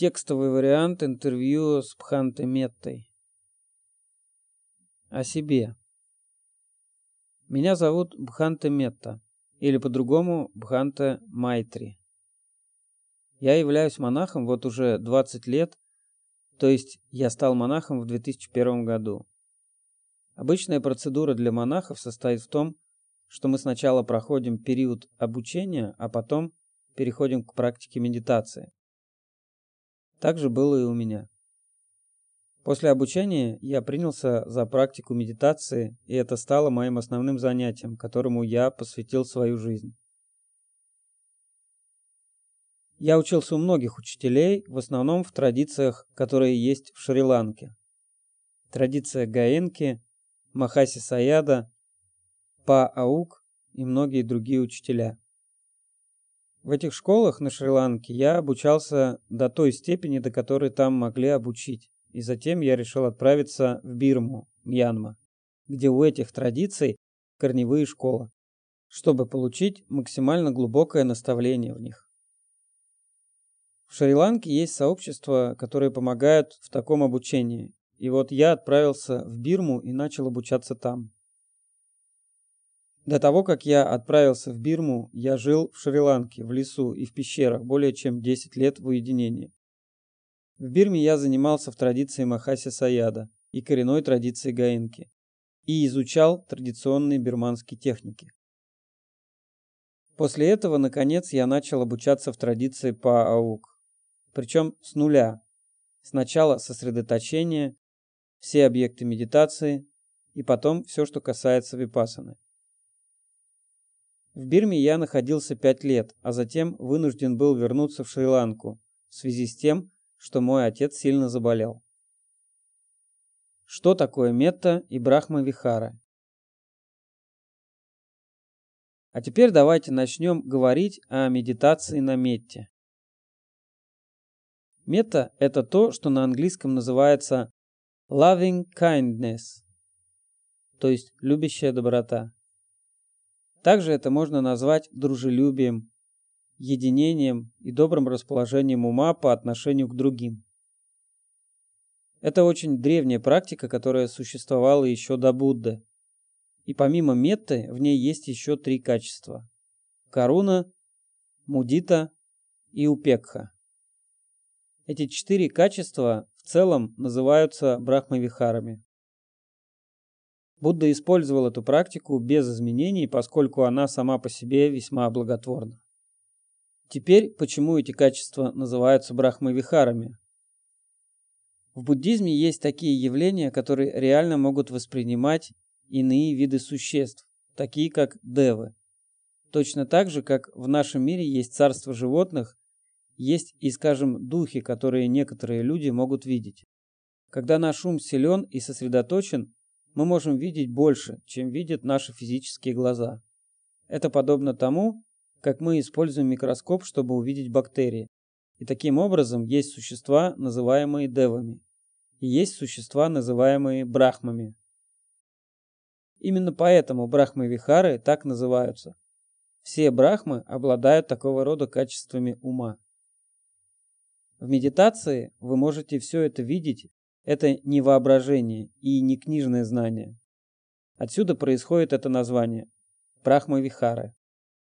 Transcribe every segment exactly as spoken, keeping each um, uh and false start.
Текстовый вариант интервью с Бханте Меттой. О себе. Меня зовут Бханте Метта, или по-другому Бханте Майтри. Я являюсь монахом вот уже двадцать лет, то есть я стал монахом в две тысячи первом году. Обычная процедура для монахов состоит в том, что мы сначала проходим период обучения, а потом переходим к практике медитации. Так же было и у меня. После обучения я принялся за практику медитации, и это стало моим основным занятием, которому я посвятил свою жизнь. Я учился у многих учителей, в основном в традициях, которые есть в Шри-Ланке. Традиция Гаенки, Махаси Саяда, Па Аук и многие другие учителя. В этих школах на Шри-Ланке я обучался до той степени, до которой там могли обучить. И затем я решил отправиться в Бирму, Мьянма, где у этих традиций корневые школы, чтобы получить максимально глубокое наставление в них. В Шри-Ланке есть сообщества, которые помогают в таком обучении. И вот я отправился в Бирму и начал обучаться там. До того, как я отправился в Бирму, я жил в Шри-Ланке, в лесу и в пещерах более чем десять лет в уединении. В Бирме я занимался в традиции Махаси Саяда и коренной традиции Гаенки и изучал традиционные бирманские техники. После этого, наконец, я начал обучаться в традиции Па Аук, причем с нуля. Сначала сосредоточение, все объекты медитации и потом все, что касается випассаны. В Бирме я находился пять лет, а затем вынужден был вернуться в Шри-Ланку в связи с тем, что мой отец сильно заболел. Что такое метта и брахма-вихара? А теперь давайте начнем говорить о медитации на метте. Метта – это то, что на английском называется loving kindness, то есть любящая доброта. Также это можно назвать дружелюбием, единением и добрым расположением ума по отношению к другим. Это очень древняя практика, которая существовала еще до Будды. И помимо метты, в ней есть еще три качества – каруна, мудита и упекха. Эти четыре качества в целом называются брахмавихарами. Будда использовал эту практику без изменений, поскольку она сама по себе весьма благотворна. Теперь, почему эти качества называются брахмавихарами? В буддизме есть такие явления, которые реально могут воспринимать иные виды существ, такие как девы. Точно так же, как в нашем мире есть царство животных, есть и, скажем, духи, которые некоторые люди могут видеть. Когда наш ум силен и сосредоточен, мы можем видеть больше, чем видят наши физические глаза. Это подобно тому, как мы используем микроскоп, чтобы увидеть бактерии. И таким образом есть существа, называемые девами, и есть существа, называемые брахмами. Именно поэтому брахмавихары так называются. Все брахмы обладают такого рода качествами ума. В медитации вы можете все это видеть. Это не воображение и не книжное знание. Отсюда происходит это название – брахмавихары.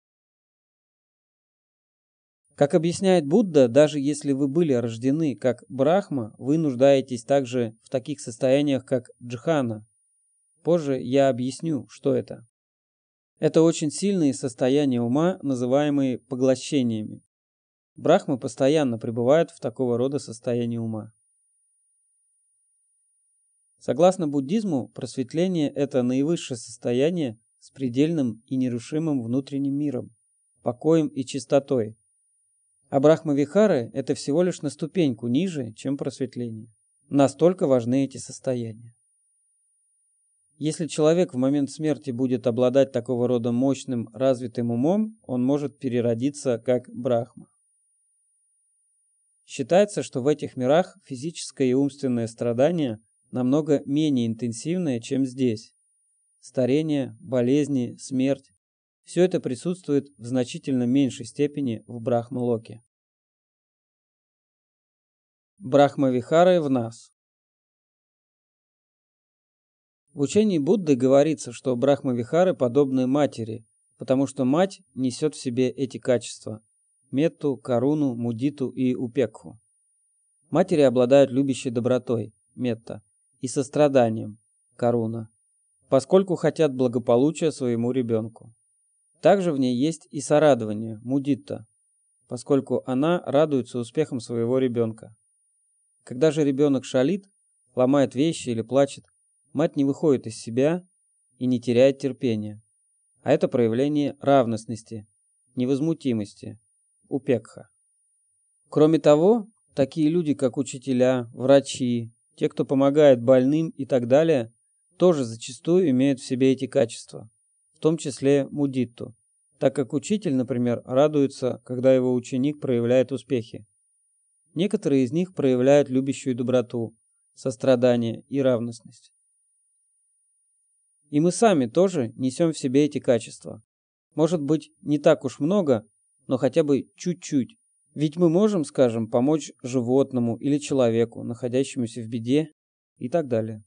Как объясняет Будда, даже если вы были рождены как брахма, вы нуждаетесь также в таких состояниях, как джхана. Позже я объясню, что это. Это очень сильные состояния ума, называемые поглощениями. Брахмы постоянно пребывают в такого рода состоянии ума. Согласно буддизму, просветление – это наивысшее состояние с предельным и нерушимым внутренним миром, покоем и чистотой. А брахмавихары – это всего лишь на ступеньку ниже, чем просветление. Настолько важны эти состояния. Если человек в момент смерти будет обладать такого рода мощным, развитым умом, он может переродиться как брахма. Считается, что в этих мирах физическое и умственное страдание намного менее интенсивное, чем здесь. Старение, болезни, смерть – все это присутствует в значительно меньшей степени в Брахма-локе. Брахмавихары в нас. В учении Будды говорится, что брахмавихары подобны матери, потому что мать несет в себе эти качества – метту, каруну, мудиту и упекху. Матери обладают любящей добротой – метта, и состраданием – каруна, поскольку хотят благополучия своему ребенку. Также в ней есть и сорадование – мудитта, поскольку она радуется успехам своего ребенка. Когда же ребенок шалит, ломает вещи или плачет, мать не выходит из себя и не теряет терпения. А это проявление равностности, невозмутимости, упекха. Кроме того, такие люди, как учителя, врачи, те, кто помогает больным и так далее, тоже зачастую имеют в себе эти качества, в том числе мудитту, так как учитель, например, радуется, когда его ученик проявляет успехи. Некоторые из них проявляют любящую доброту, сострадание и равностность. И мы сами тоже несем в себе эти качества. Может быть, не так уж много, но хотя бы чуть-чуть. Ведь мы можем, скажем, помочь животному или человеку, находящемуся в беде и так далее.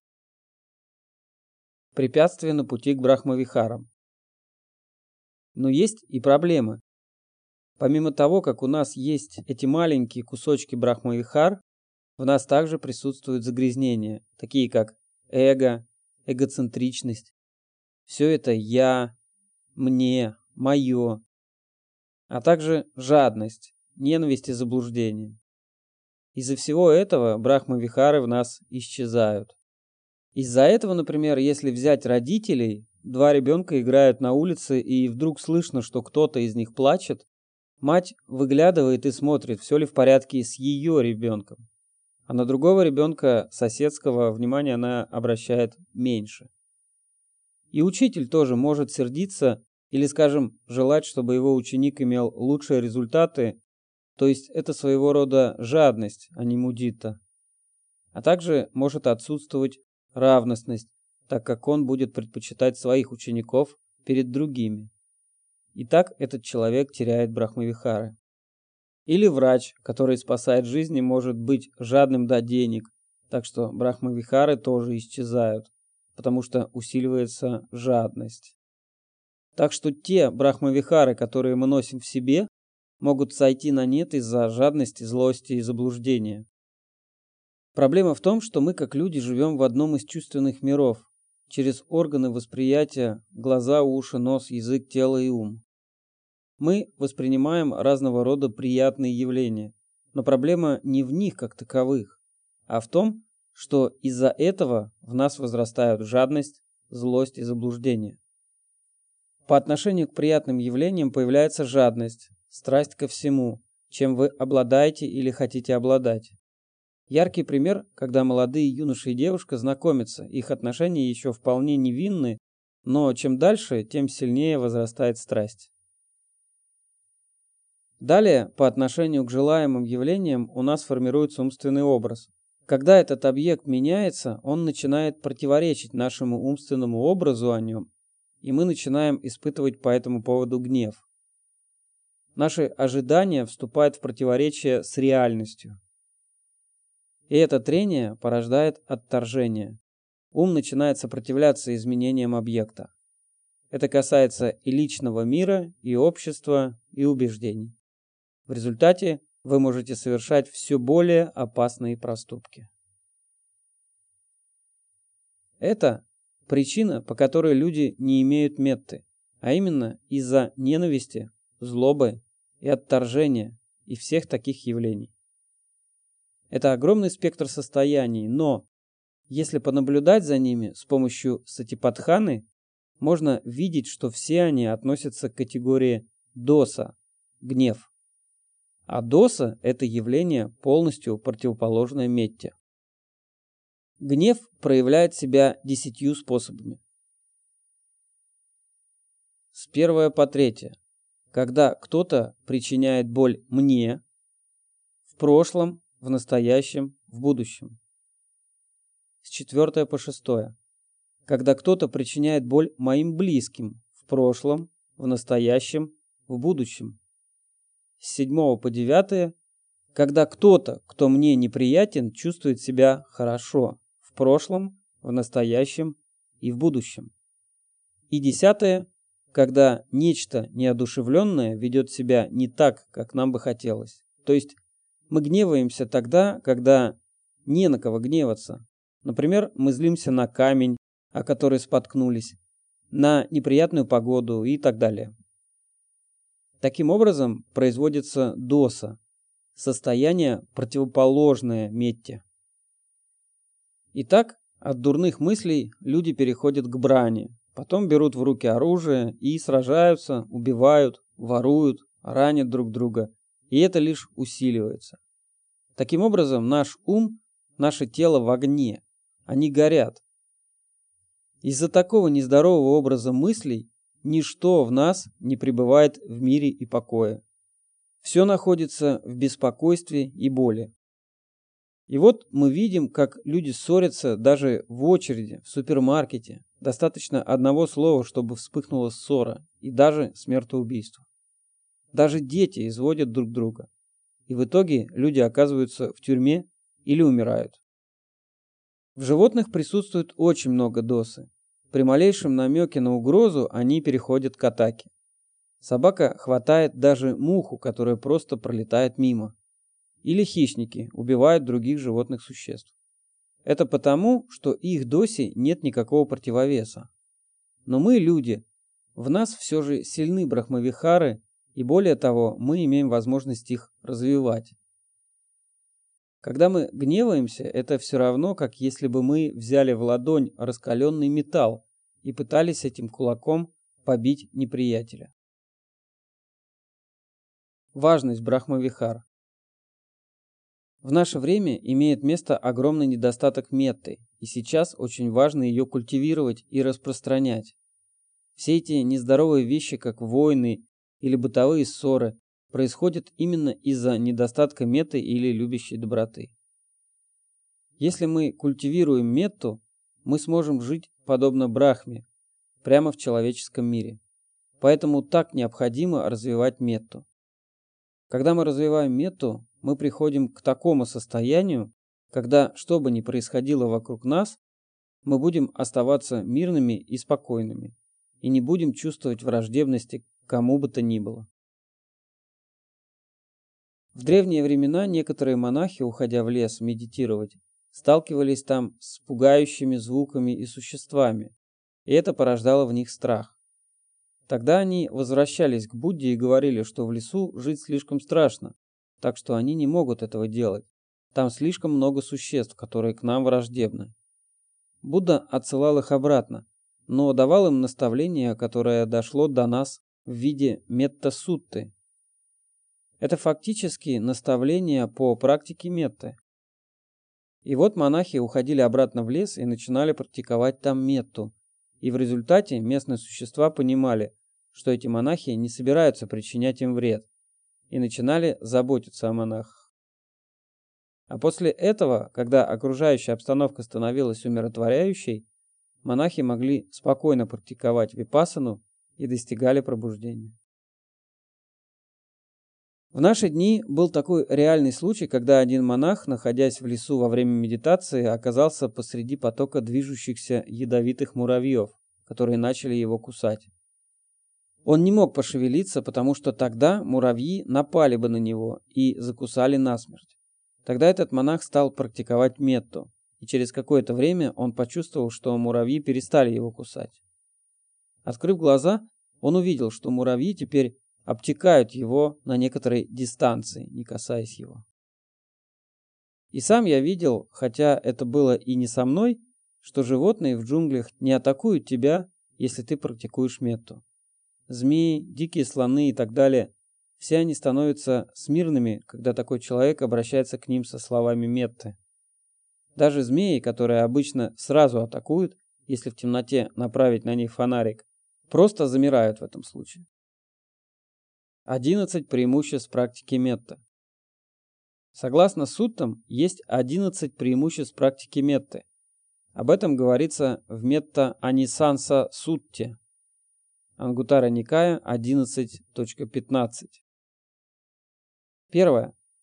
Препятствия на пути к брахмавихарам. Но есть и проблемы. Помимо того, как у нас есть эти маленькие кусочки брахмавихар, в нас также присутствуют загрязнения, такие как эго, эгоцентричность. Все это я, мне, мое, а также жадность, ненависть и заблуждение. Из-за всего этого брахмавихары в нас исчезают. Из-за этого, например, если взять родителей, два ребенка играют на улице и вдруг слышно, что кто-то из них плачет, мать выглядывает и смотрит, все ли в порядке с ее ребенком. А на другого ребенка соседского внимания она обращает меньше. И учитель тоже может сердиться или, скажем, желать, чтобы его ученик имел лучшие результаты, то есть это своего рода жадность, а не мудитта. А также может отсутствовать равностность, так как он будет предпочитать своих учеников перед другими. И так этот человек теряет брахмавихары. Или врач, который спасает жизни, может быть жадным до денег, так что брахмавихары тоже исчезают, потому что усиливается жадность. Так что те брахмавихары, которые мы носим в себе, могут сойти на нет из-за жадности, злости и заблуждения. Проблема в том, что мы как люди живем в одном из чувственных миров, через органы восприятия, глаза, уши, нос, язык, тело и ум. Мы воспринимаем разного рода приятные явления, но проблема не в них как таковых, а в том, что из-за этого в нас возрастают жадность, злость и заблуждение. По отношению к приятным явлениям появляется жадность, страсть ко всему, чем вы обладаете или хотите обладать. Яркий пример, когда молодые юноша и девушка знакомятся, их отношения еще вполне невинны, но чем дальше, тем сильнее возрастает страсть. Далее, по отношению к желаемым явлениям, у нас формируется умственный образ. Когда этот объект меняется, он начинает противоречить нашему умственному образу о нем, и мы начинаем испытывать по этому поводу гнев. Наши ожидания вступают в противоречие с реальностью. И это трение порождает отторжение. Ум начинает сопротивляться изменениям объекта. Это касается и личного мира, и общества, и убеждений. В результате вы можете совершать все более опасные проступки. Это причина, по которой люди не имеют метты, а именно из-за ненависти, злобы и отторжения и всех таких явлений. Это огромный спектр состояний, но если понаблюдать за ними с помощью сатипатханы, можно видеть, что все они относятся к категории доса – гнев. А доса – это явление, полностью противоположное метте. Гнев проявляет себя десятью способами. С первого по третье. Когда кто-то причиняет боль мне, в прошлом, в настоящем, в будущем. С четвертого по шестое. Когда кто-то причиняет боль моим близким, в прошлом, в настоящем, в будущем. С седьмого по девятое. Когда кто-то, кто мне неприятен, чувствует себя хорошо в прошлом, в настоящем и в будущем. И десятое, когда нечто неодушевленное ведет себя не так, как нам бы хотелось. То есть мы гневаемся тогда, когда не на кого гневаться. Например, мы злимся на камень, о который споткнулись, на неприятную погоду и так далее. Таким образом производится доса, состояние, противоположное метте. Итак, от дурных мыслей люди переходят к брани, потом берут в руки оружие и сражаются, убивают, воруют, ранят друг друга, и это лишь усиливается. Таким образом, наш ум, наше тело в огне, они горят. Из-за такого нездорового образа мыслей ничто в нас не пребывает в мире и покое. Все находится в беспокойстве и боли. И вот мы видим, как люди ссорятся даже в очереди, в супермаркете. Достаточно одного слова, чтобы вспыхнула ссора и даже смертоубийство. Даже дети изводят друг друга. И в итоге люди оказываются в тюрьме или умирают. В животных присутствует очень много досы. При малейшем намеке на угрозу они переходят к атаке. Собака хватает даже муху, которая просто пролетает мимо. Или хищники убивают других животных существ. Это потому, что их досе нет никакого противовеса. Но мы, люди, в нас все же сильны брахмавихары, и более того, мы имеем возможность их развивать. Когда мы гневаемся, это все равно, как если бы мы взяли в ладонь раскаленный металл и пытались этим кулаком побить неприятеля. Важность брахмавихар. В наше время имеет место огромный недостаток метты, и сейчас очень важно ее культивировать и распространять. Все эти нездоровые вещи, как войны или бытовые ссоры, происходят именно из-за недостатка метты или любящей доброты. Если мы культивируем метту, мы сможем жить подобно Брахме, прямо в человеческом мире. Поэтому так необходимо развивать метту. Когда мы развиваем метту, мы приходим к такому состоянию, когда, что бы ни происходило вокруг нас, мы будем оставаться мирными и спокойными, и не будем чувствовать враждебности к кому бы то ни было. В древние времена некоторые монахи, уходя в лес медитировать, сталкивались там с пугающими звуками и существами, и это порождало в них страх. Тогда они возвращались к Будде и говорили, что в лесу жить слишком страшно, так что они не могут этого делать. Там слишком много существ, которые к нам враждебны. Будда отсылал их обратно, но давал им наставление, которое дошло до нас в виде метта-сутты. Это фактически наставление по практике метты. И вот монахи уходили обратно в лес и начинали практиковать там метту. И в результате местные существа понимали, что эти монахи не собираются причинять им вред, и начинали заботиться о монахах. А после этого, когда окружающая обстановка становилась умиротворяющей, монахи могли спокойно практиковать випассану и достигали пробуждения. В наши дни был такой реальный случай, когда один монах, находясь в лесу во время медитации, оказался посреди потока движущихся ядовитых муравьев, которые начали его кусать. Он не мог пошевелиться, потому что тогда муравьи напали бы на него и закусали насмерть. Тогда этот монах стал практиковать метту, и через какое-то время он почувствовал, что муравьи перестали его кусать. Открыв глаза, он увидел, что муравьи теперь обтекают его на некоторой дистанции, не касаясь его. И сам я видел, хотя это было и не со мной, что животные в джунглях не атакуют тебя, если ты практикуешь метту. Змеи, дикие слоны и так далее, все они становятся смирными, когда такой человек обращается к ним со словами метты. Даже змеи, которые обычно сразу атакуют, если в темноте направить на них фонарик, просто замирают в этом случае. одиннадцать преимуществ практики метты. Согласно суттам, есть одиннадцать преимуществ практики метты. Об этом говорится в Метта Анисанса Сутте. Ангутара Никая одиннадцать точка пятнадцать. Первое.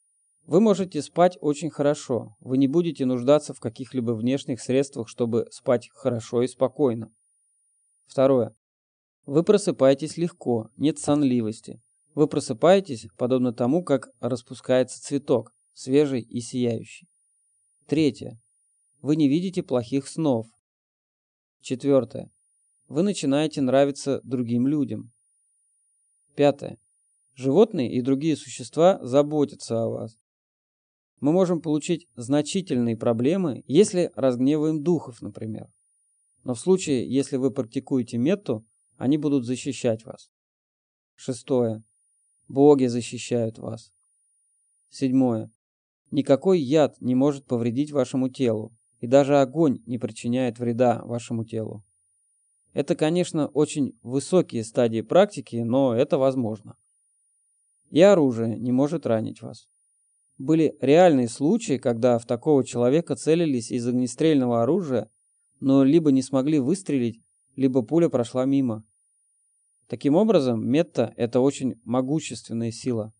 Вы можете спать очень хорошо. Вы не будете нуждаться в каких-либо внешних средствах, чтобы спать хорошо и спокойно. Второе. Вы просыпаетесь легко, нет сонливости. Вы просыпаетесь, подобно тому, как распускается цветок, свежий и сияющий. Третье. Вы не видите плохих снов. Четвертое. Вы начинаете нравиться другим людям. Пятое. Животные и другие существа заботятся о вас. Мы можем получить значительные проблемы, если разгневаем духов, например. Но в случае, если вы практикуете метту, они будут защищать вас. Шестое. Боги защищают вас. Седьмое. Никакой яд не может повредить вашему телу, и даже огонь не причиняет вреда вашему телу. Это, конечно, очень высокие стадии практики, но это возможно. И оружие не может ранить вас. Были реальные случаи, когда в такого человека целились из огнестрельного оружия, но либо не смогли выстрелить, либо пуля прошла мимо. Таким образом, метта – это очень могущественная сила.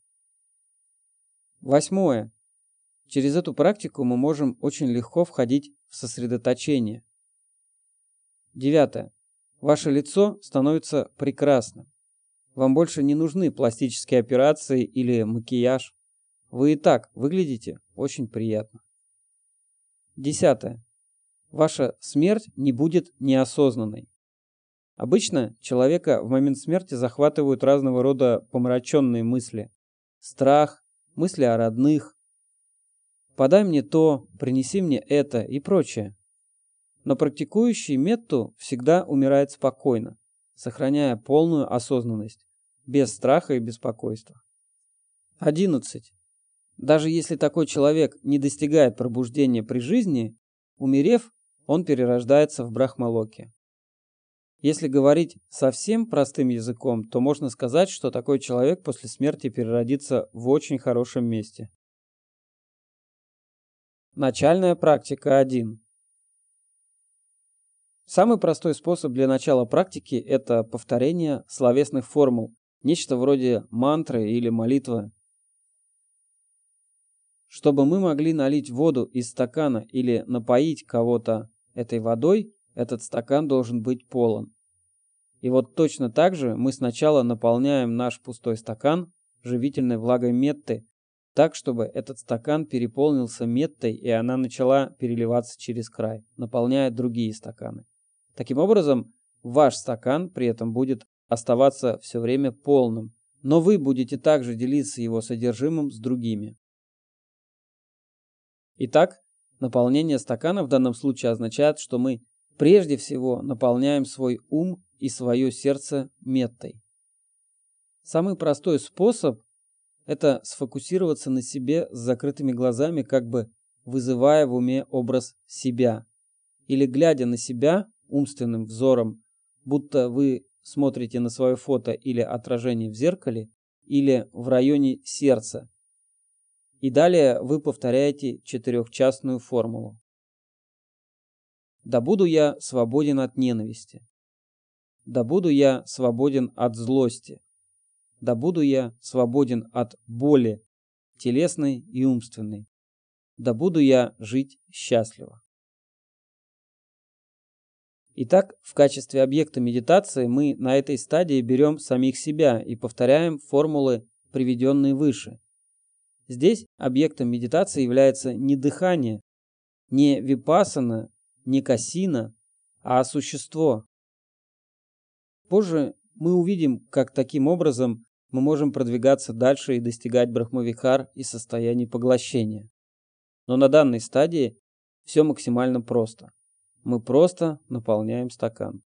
Восьмое. Через эту практику мы можем очень легко входить в сосредоточение. Девятое. Ваше лицо становится прекрасным. Вам больше не нужны пластические операции или макияж. Вы и так выглядите очень приятно. Десятое. Ваша смерть не будет неосознанной. Обычно человека в момент смерти захватывают разного рода помраченные мысли. Страх, мысли о родных. Подай мне то, принеси мне это и прочее. Но практикующий метту всегда умирает спокойно, сохраняя полную осознанность, без страха и беспокойства. Одиннадцать. Даже если такой человек не достигает пробуждения при жизни, умерев, он перерождается в брахмалоке. Если говорить совсем простым языком, то можно сказать, что такой человек после смерти переродится в очень хорошем месте. Начальная практика один. Самый простой способ для начала практики – это повторение словесных формул, нечто вроде мантры или молитвы. Чтобы мы могли налить воду из стакана или напоить кого-то этой водой, этот стакан должен быть полон. И вот точно так же мы сначала наполняем наш пустой стакан живительной влагой метты, так, чтобы этот стакан переполнился меттой, и она начала переливаться через край, наполняя другие стаканы. Таким образом, ваш стакан при этом будет оставаться все время полным, но вы будете также делиться его содержимым с другими. Итак, наполнение стакана в данном случае означает, что мы прежде всего наполняем свой ум и свое сердце меттой. Самый простой способ – это сфокусироваться на себе с закрытыми глазами, как бы вызывая в уме образ себя, или глядя на себя умственным взором, будто вы смотрите на свое фото или отражение в зеркале, или в районе сердца. И далее вы повторяете четырехчастную формулу. Да буду я свободен от ненависти. Да буду я свободен от злости. Да буду я свободен от боли, телесной и умственной. Да буду я жить счастливо. Итак, в качестве объекта медитации мы на этой стадии берем самих себя и повторяем формулы, приведенные выше. Здесь объектом медитации является не дыхание, не випассана, не касина, а существо. Позже мы увидим, как таким образом мы можем продвигаться дальше и достигать брахмавихар и состояний поглощения. Но на данной стадии все максимально просто. Мы просто наполняем стакан.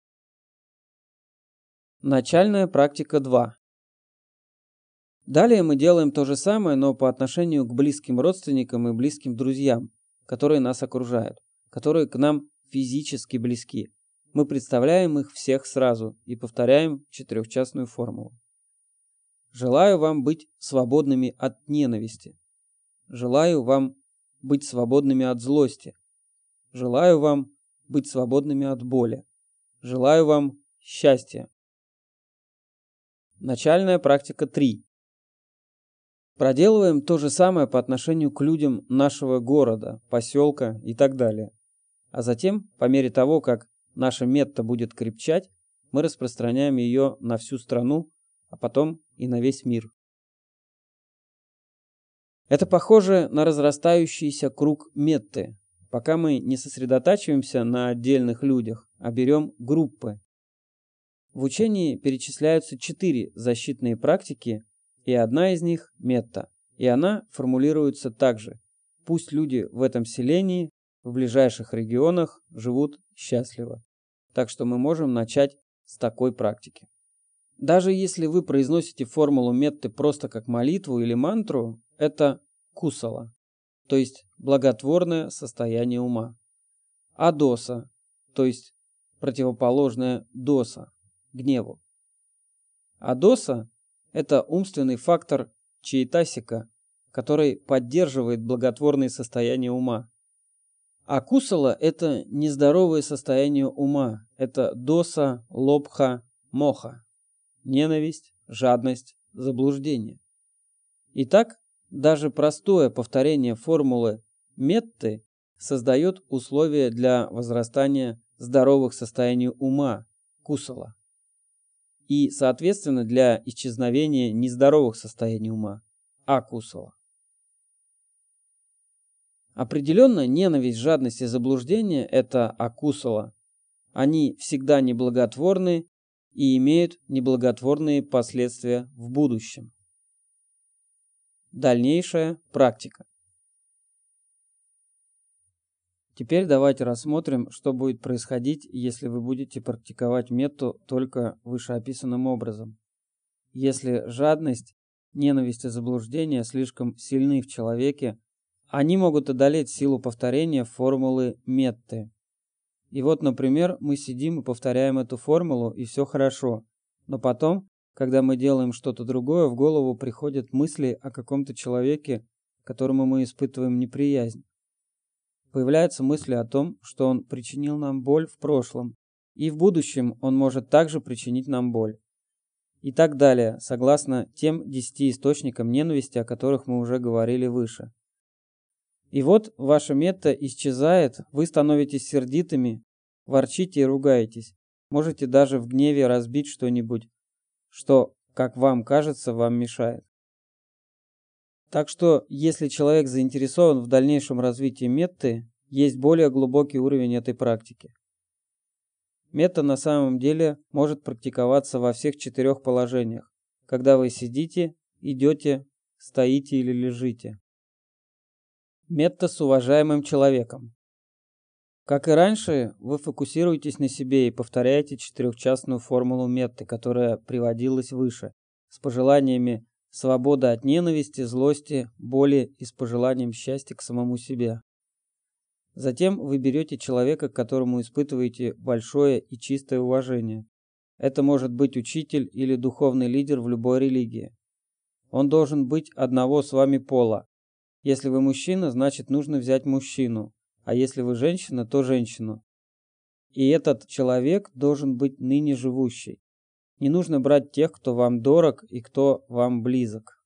Начальная практика два. Далее мы делаем то же самое, но по отношению к близким родственникам и близким друзьям, которые нас окружают, которые к нам физически близки. Мы представляем их всех сразу и повторяем четырехчастную формулу. Желаю вам быть свободными от ненависти. Желаю вам быть свободными от злости. Желаю вам быть свободными от боли. Желаю вам счастья. Начальная практика три. Проделываем то же самое по отношению к людям нашего города, поселка и так далее. А затем, по мере того, как наша метта будет крепчать, мы распространяем ее на всю страну, а потом и на весь мир. Это похоже на разрастающийся круг метты, пока мы не сосредотачиваемся на отдельных людях, а берем группы. В учении перечисляются четыре защитные практики, и одна из них – метта, и она формулируется так же: пусть люди в этом селении, в ближайших регионах живут счастливо. Так что мы можем начать с такой практики. Даже если вы произносите формулу метты просто как молитву или мантру, это кусала, то есть благотворное состояние ума. Адоса, то есть противоположное доса, гневу. Адоса – это умственный фактор чайтасика, который поддерживает благотворные состояния ума. А кусала – это нездоровое состояние ума, это доса, лобха, моха, ненависть, жадность, заблуждение. Итак, даже простое повторение формулы метты создает условия для возрастания здоровых состояний ума, кусала, и, соответственно, для исчезновения нездоровых состояний ума, акусала. Определенно, ненависть, жадность и заблуждение – это акусала. Они всегда неблаготворны и имеют неблаготворные последствия в будущем. Дальнейшая практика. Теперь давайте рассмотрим, что будет происходить, если вы будете практиковать метту только вышеописанным образом. Если жадность, ненависть и заблуждение слишком сильны в человеке, они могут одолеть силу повторения формулы метты. И вот, например, мы сидим и повторяем эту формулу, и все хорошо. Но потом, когда мы делаем что-то другое, в голову приходят мысли о каком-то человеке, которому мы испытываем неприязнь. Появляются мысли о том, что он причинил нам боль в прошлом, и в будущем он может также причинить нам боль. И так далее, согласно тем десяти источникам ненависти, о которых мы уже говорили выше. И вот ваша метта исчезает, вы становитесь сердитыми, ворчите и ругаетесь. Можете даже в гневе разбить что-нибудь, что, как вам кажется, вам мешает. Так что, если человек заинтересован в дальнейшем развитии метты, есть более глубокий уровень этой практики. Метта на самом деле может практиковаться во всех четырех положениях, когда вы сидите, идете, стоите или лежите. Метта с уважаемым человеком. Как и раньше, вы фокусируетесь на себе и повторяете четырехчастную формулу метты, которая приводилась выше, с пожеланиями свободы от ненависти, злости, боли и с пожеланием счастья к самому себе. Затем вы берете человека, к которому испытываете большое и чистое уважение. Это может быть учитель или духовный лидер в любой религии. Он должен быть одного с вами пола. Если вы мужчина, значит нужно взять мужчину, а если вы женщина, то женщину. И этот человек должен быть ныне живущий. Не нужно брать тех, кто вам дорог и кто вам близок.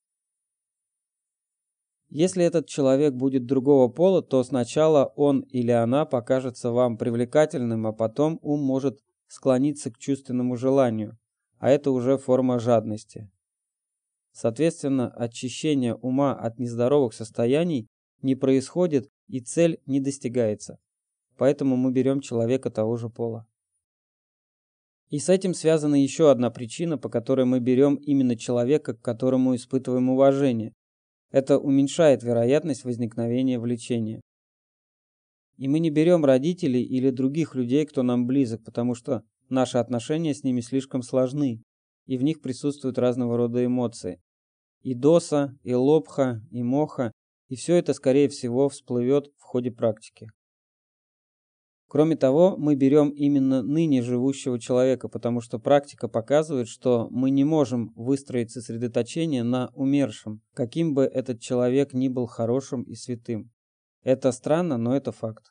Если этот человек будет другого пола, то сначала он или она покажется вам привлекательным, а потом ум может склониться к чувственному желанию, а это уже форма жадности. Соответственно, очищение ума от нездоровых состояний не происходит и цель не достигается. Поэтому мы берем человека того же пола. И с этим связана еще одна причина, по которой мы берем именно человека, к которому испытываем уважение. Это уменьшает вероятность возникновения влечения. И мы не берем родителей или других людей, кто нам близок, потому что наши отношения с ними слишком сложны, и в них присутствуют разного рода эмоции. И доса, и лобха, и моха, и все это, скорее всего, всплывет в ходе практики. Кроме того, мы берем именно ныне живущего человека, потому что практика показывает, что мы не можем выстроить сосредоточение на умершем, каким бы этот человек ни был хорошим и святым. Это странно, но это факт.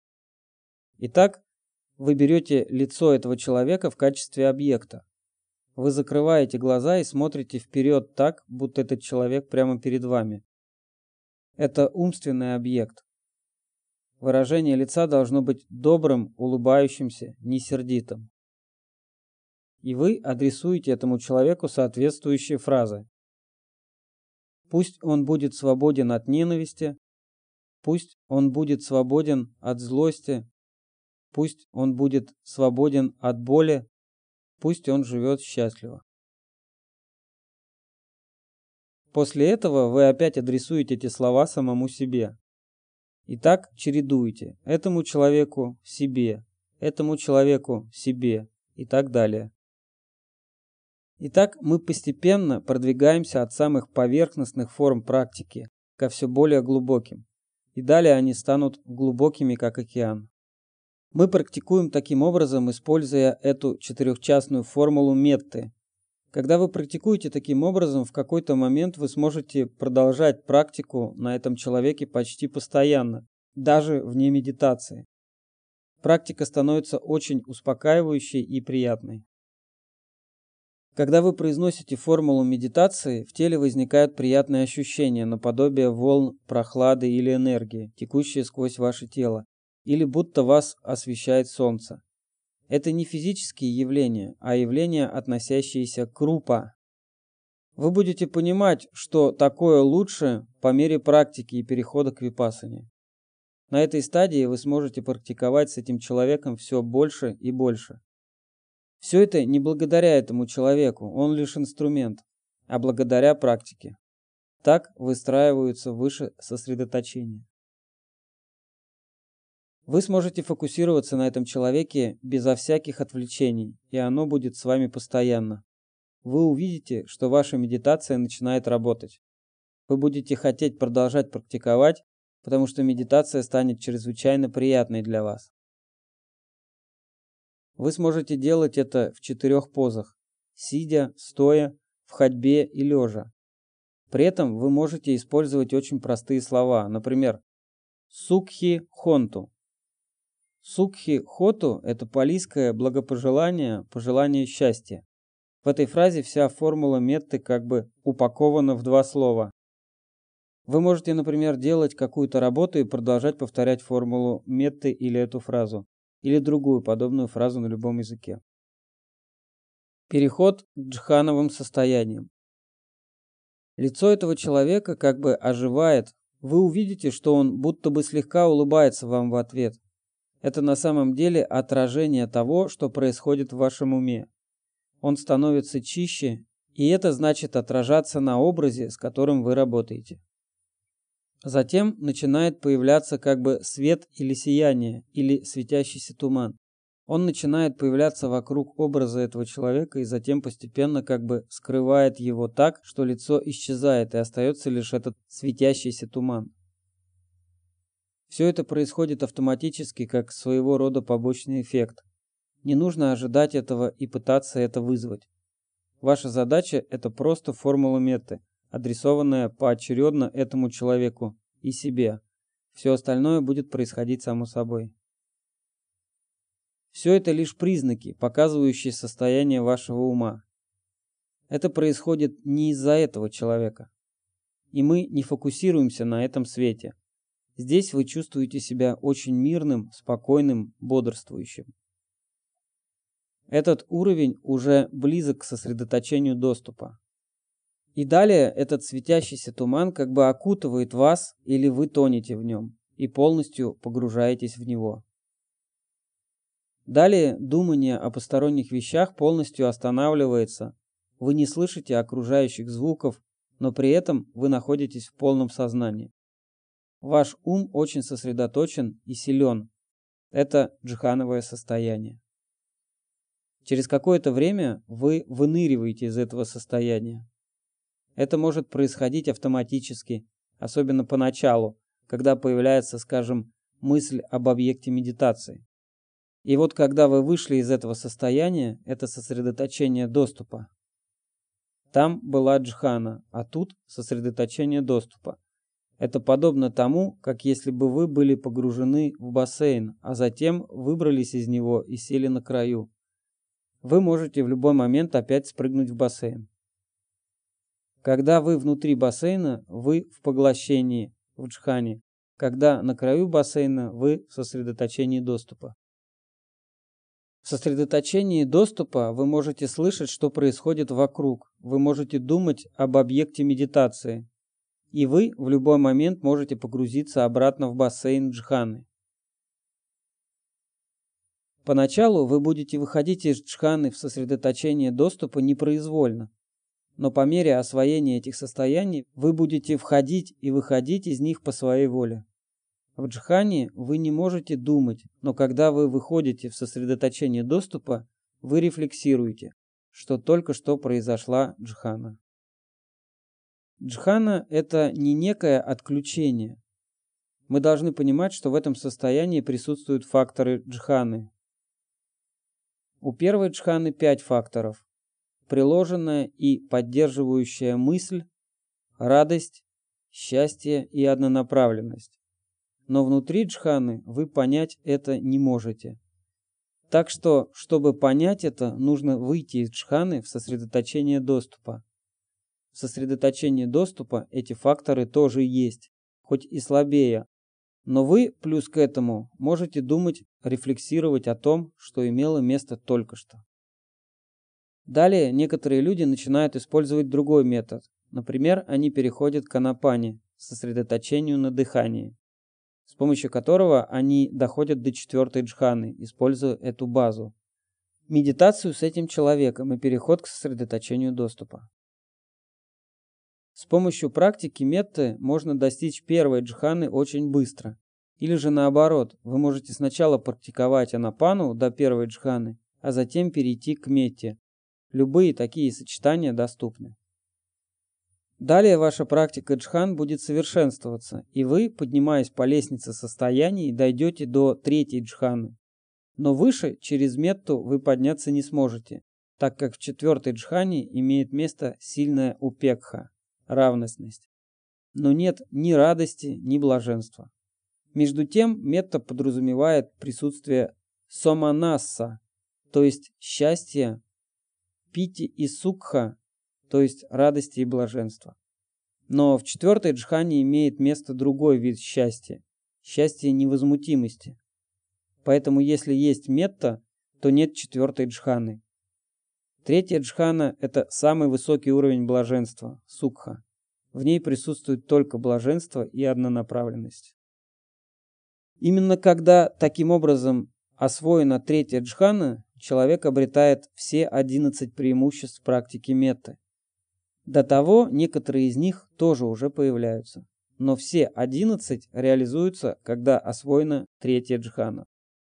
Итак, вы берете лицо этого человека в качестве объекта. Вы закрываете глаза и смотрите вперед так, будто этот человек прямо перед вами. Это умственный объект. Выражение лица должно быть добрым, улыбающимся, не сердитым. И вы адресуете этому человеку соответствующие фразы. Пусть он будет свободен от ненависти, пусть он будет свободен от злости, пусть он будет свободен от боли, пусть он живет счастливо. После этого вы опять адресуете эти слова самому себе. И так чередуете: этому человеку себе, этому человеку себе и так далее. Итак, мы постепенно продвигаемся от самых поверхностных форм практики ко все более глубоким. И далее они станут глубокими, как океан. Мы практикуем таким образом, используя эту четырехчастную формулу метты. Когда вы практикуете таким образом, в какой-то момент вы сможете продолжать практику на этом человеке почти постоянно, даже вне медитации. Практика становится очень успокаивающей и приятной. Когда вы произносите формулу медитации, в теле возникают приятные ощущения, наподобие волн прохлады или энергии, текущие сквозь ваше тело, или будто вас освещает солнце. Это не физические явления, а явления, относящиеся к рупа. Вы будете понимать, что такое лучше по мере практики и перехода к випассане. На этой стадии вы сможете практиковать с этим человеком все больше и больше. Все это не благодаря этому человеку, он лишь инструмент, а благодаря практике. Так выстраиваются выше сосредоточения. Вы сможете фокусироваться на этом человеке безо всяких отвлечений, и оно будет с вами постоянно. Вы увидите, что ваша медитация начинает работать. Вы будете хотеть продолжать практиковать, потому что медитация станет чрезвычайно приятной для вас. Вы сможете делать это в четырех позах: сидя, стоя, в ходьбе и лежа. При этом вы можете использовать очень простые слова, например, сукхи хонту. Сукхи хоту – это палийское благопожелание, пожелание счастья. В этой фразе вся формула метты как бы упакована в два слова. Вы можете, например, делать какую-то работу и продолжать повторять формулу метты или эту фразу, или другую подобную фразу на любом языке. Переход к джхановым состояниям. Лицо этого человека как бы оживает. Вы увидите, что он будто бы слегка улыбается вам в ответ. Это на самом деле отражение того, что происходит в вашем уме. Он становится чище, и это значит отражаться на образе, с которым вы работаете. Затем начинает появляться как бы свет или сияние, или светящийся туман. Он начинает появляться вокруг образа этого человека и затем постепенно как бы скрывает его так, что лицо исчезает и остается лишь этот светящийся туман. Все это происходит автоматически, как своего рода побочный эффект. Не нужно ожидать этого и пытаться это вызвать. Ваша задача – это просто формула метты, адресованная поочередно этому человеку и себе. Все остальное будет происходить само собой. Все это лишь признаки, показывающие состояние вашего ума. Это происходит не из-за этого человека. И мы не фокусируемся на этом свете. Здесь вы чувствуете себя очень мирным, спокойным, бодрствующим. Этот уровень уже близок к сосредоточению доступа. И далее этот светящийся туман как бы окутывает вас, или вы тонете в нем и полностью погружаетесь в него. Далее думание о посторонних вещах полностью останавливается. Вы не слышите окружающих звуков, но при этом вы находитесь в полном сознании. Ваш ум очень сосредоточен и силен. Это джхановое состояние. Через какое-то время вы выныриваете из этого состояния. Это может происходить автоматически, особенно поначалу, когда появляется, скажем, мысль об объекте медитации. И вот когда вы вышли из этого состояния, это сосредоточение доступа. Там была джхана, а тут сосредоточение доступа. Это подобно тому, как если бы вы были погружены в бассейн, а затем выбрались из него и сели на краю. вы можете в любой момент опять спрыгнуть в бассейн. Когда вы внутри бассейна, вы в поглощении, в джхане. Когда на краю бассейна, вы в сосредоточении доступа. В сосредоточении доступа вы можете слышать, что происходит вокруг. Вы можете думать об объекте медитации. И вы в любой момент можете погрузиться обратно в бассейн джханы. Поначалу вы будете выходить из джханы в сосредоточение доступа непроизвольно. Но по мере освоения этих состояний вы будете входить и выходить из них по своей воле. В джхане вы не можете думать, но когда вы выходите в сосредоточение доступа, вы рефлексируете, что только что произошла джхана. Джхана – это не некое отключение. Мы должны понимать, что в этом состоянии присутствуют факторы джханы. У первой джханы пять факторов. Приложенная и поддерживающая мысль, радость, счастье и однонаправленность. Но внутри джханы вы понять это не можете. Так что, чтобы понять это, нужно выйти из джханы в сосредоточение доступа. В сосредоточении доступа эти факторы тоже есть, хоть и слабее. Но вы, плюс к этому, можете думать, рефлексировать о том, что имело место только что. Далее некоторые люди начинают использовать другой метод. Например, они переходят к анапане, сосредоточению на дыхании, с помощью которого они доходят до четвертой джханы, используя эту базу. Медитацию с этим человеком и переход к сосредоточению доступа. С помощью практики метты можно достичь первой джханы очень быстро. Или же наоборот, вы можете сначала практиковать анапану до первой джханы, а затем перейти к метте. Любые такие сочетания доступны. Далее ваша практика джхан будет совершенствоваться, и вы, поднимаясь по лестнице состояний, дойдете до третьей джханы. Но выше, через метту, вы подняться не сможете, так как в четвертой джхане имеет место сильная упекха, равностность. Но нет ни радости, ни блаженства. Между тем, метта подразумевает присутствие соманасса, то есть счастья, пити и сукха, то есть радости и блаженства. Но в четвертой джхане имеет место другой вид счастья – счастье невозмутимости. Поэтому если есть метта, то нет четвертой джханы. Третья джхана – это самый высокий уровень блаженства – сукха. В ней присутствует только блаженство и однонаправленность. Именно когда таким образом освоена третья джхана, человек обретает все одиннадцать преимуществ практики метты. До того некоторые из них тоже уже появляются, но все одиннадцать реализуются, когда освоена третья джхана.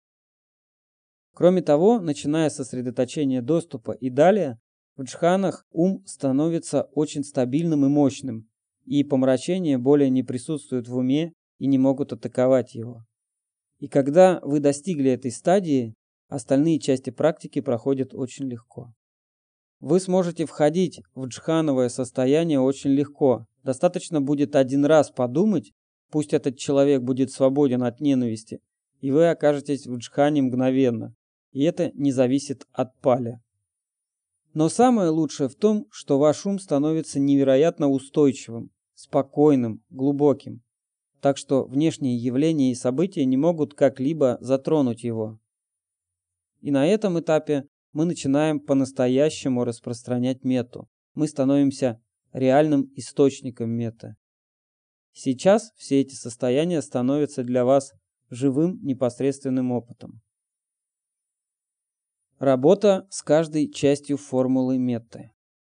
Кроме того, начиная с сосредоточения доступа и далее, в джханах ум становится очень стабильным и мощным, и помрачения более не присутствуют в уме и не могут атаковать его. И когда вы достигли этой стадии, остальные части практики проходят очень легко. Вы сможете входить в джхановое состояние очень легко. Достаточно будет один раз подумать, пусть этот человек будет свободен от ненависти, и вы окажетесь в джхане мгновенно. И это не зависит от пали. Но самое лучшее в том, что ваш ум становится невероятно устойчивым, спокойным, глубоким. Так что внешние явления и события не могут как-либо затронуть его. И на этом этапе мы начинаем по-настоящему распространять метту. Мы становимся реальным источником метты. Сейчас все эти состояния становятся для вас живым непосредственным опытом. Работа с каждой частью формулы метты.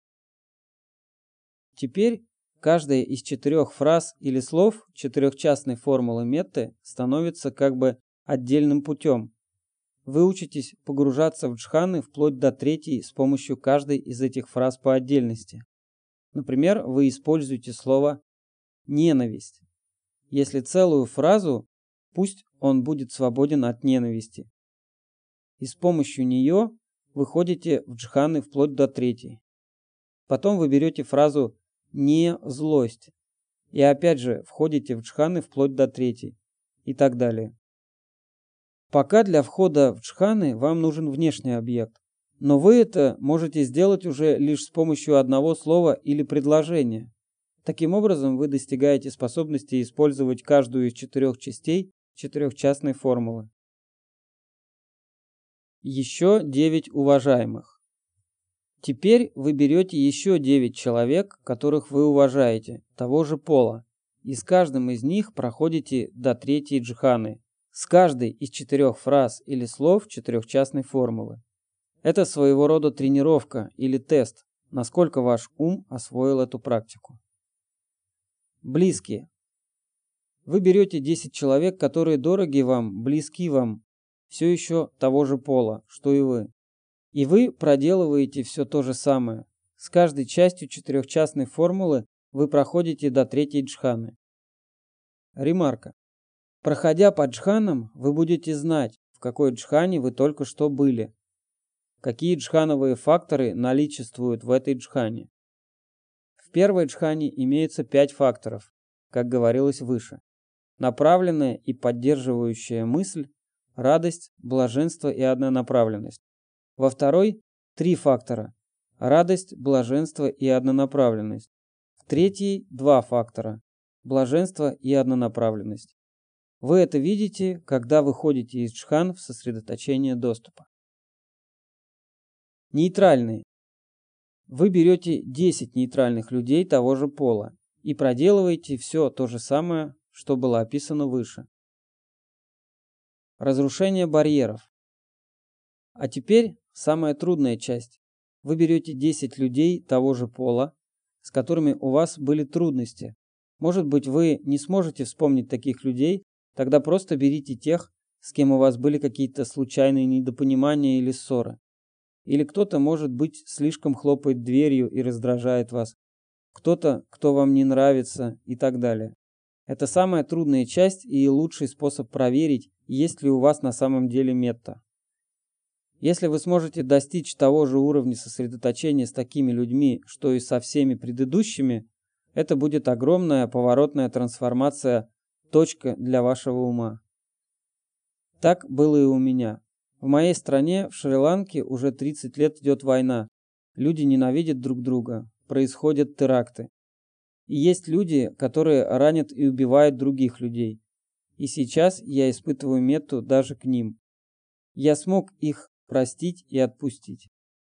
Теперь каждая из четырех фраз или слов четырехчастной формулы метты становится как бы отдельным путем. Вы учитесь погружаться в джханы вплоть до третьей с помощью каждой из этих фраз по отдельности. Например, вы используете слово «ненависть». Если целую фразу, пусть он будет свободен от ненависти. И с помощью нее вы ходите в джханы вплоть до третьей. Потом вы берете фразу «не злость» и опять же входите в джханы вплоть до третьей и так далее. Пока для входа в джханы вам нужен внешний объект, Но вы это можете сделать уже лишь с помощью одного слова или предложения. Таким образом, вы достигаете способности использовать каждую из четырех частей четырехчастной формулы. Еще девять уважаемых. Теперь вы берете еще девять человек, которых вы уважаете, того же пола, и с каждым из них проходите до третьей джханы, с каждой из четырех фраз или слов четырехчастной формулы. Это своего рода тренировка или тест, насколько ваш ум освоил эту практику. Близкие. Вы берете десять человек, которые дороги вам, близки вам, все еще того же пола, что и вы. И вы проделываете все то же самое. С каждой частью четырехчастной формулы вы проходите до третьей джханы. Ремарка. Проходя по джханам, вы будете знать, в какой джхане вы только что были. Какие джхановые факторы наличествуют в этой джхане. В первой джхане имеется пять факторов, как говорилось выше. Направленная и поддерживающая мысль, радость, блаженство и однонаправленность. Во второй – три фактора – радость, блаженство и однонаправленность. В третьей – два фактора – блаженство и однонаправленность. Вы это видите, когда выходите из джхан в сосредоточение доступа. Нейтральные. Вы берете десять нейтральных людей того же пола и проделываете все то же самое, что было описано выше. Разрушение барьеров. А теперь самая трудная часть. Вы берете десять людей того же пола, с которыми у вас были трудности. Может быть, вы не сможете вспомнить таких людей, тогда просто берите тех, с кем у вас были какие-то случайные недопонимания или ссоры. Или кто-то, может быть, слишком хлопает дверью и раздражает вас. Кто-то, кто вам не нравится и так далее. Это самая трудная часть и лучший способ проверить, есть ли у вас на самом деле метта. Если вы сможете достичь того же уровня сосредоточения с такими людьми, что и со всеми предыдущими, это будет огромная поворотная трансформация, точка для вашего ума. Так было и у меня. В моей стране, в Шри-Ланке, уже тридцать лет идет война. Люди ненавидят друг друга, происходят теракты. И есть люди, которые ранят и убивают других людей. И сейчас я испытываю метту даже к ним. Я смог их простить и отпустить.